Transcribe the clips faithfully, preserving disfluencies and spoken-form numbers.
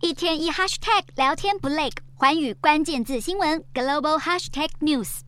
一天一 hashtag 聊天不累，寰宇关键字新闻 global hashtag news。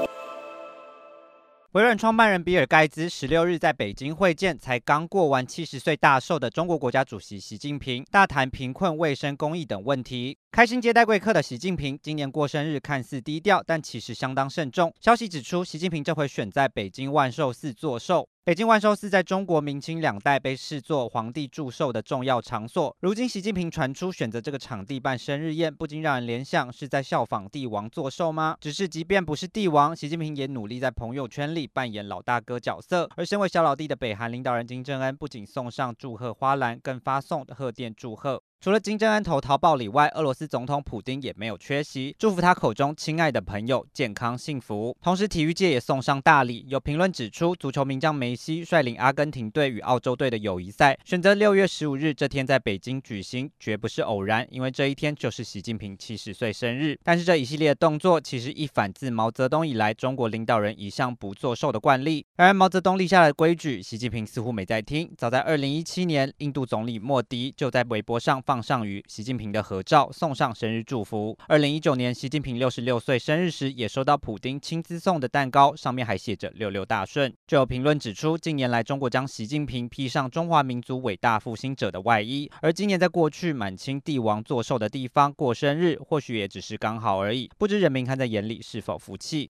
微软创办人比尔盖茨十六日在北京会见才刚过完七十岁大寿的中国国家主席习近平，大谈贫困、卫生、公益等问题。开心接待贵客的习近平，今年过生日看似低调，但其实相当慎重。消息指出，习近平这回选在北京万寿寺做寿。北京万寿寺在中国明清两代被视作皇帝祝寿的重要场所。如今习近平传出选择这个场地办生日宴，不禁让人联想是在效仿帝王做寿吗？只是即便不是帝王，习近平也努力在朋友圈里扮演老大哥角色。而身为小老弟的北韩领导人金正恩，不仅送上祝贺花篮，更发送贺电祝贺。除了金正恩投桃报李外，俄罗斯总统普丁也没有缺席，祝福他口中亲爱的朋友健康幸福。同时，体育界也送上大礼。有评论指出，足球名将梅西率领阿根廷队与澳洲队的友谊赛，选择六月十五日这天在北京举行，绝不是偶然，因为这一天就是习近平七十岁生日。但是这一系列的动作，其实一反自毛泽东以来中国领导人一向不作寿的惯例。然而毛泽东立下的规矩，习近平似乎没在听。早在二零一七年，印度总理莫迪就在微博上放上与习近平的合照，送上生日祝福。二零一九年，习近平六十六岁生日时，也收到普丁亲自送的蛋糕，上面还写着六六大顺。就有评论指出，近年来中国将习近平披上中华民族伟大复兴者的外衣，而今年在过去满清帝王做寿的地方过生日，或许也只是刚好而已。不知人民看在眼里是否服气？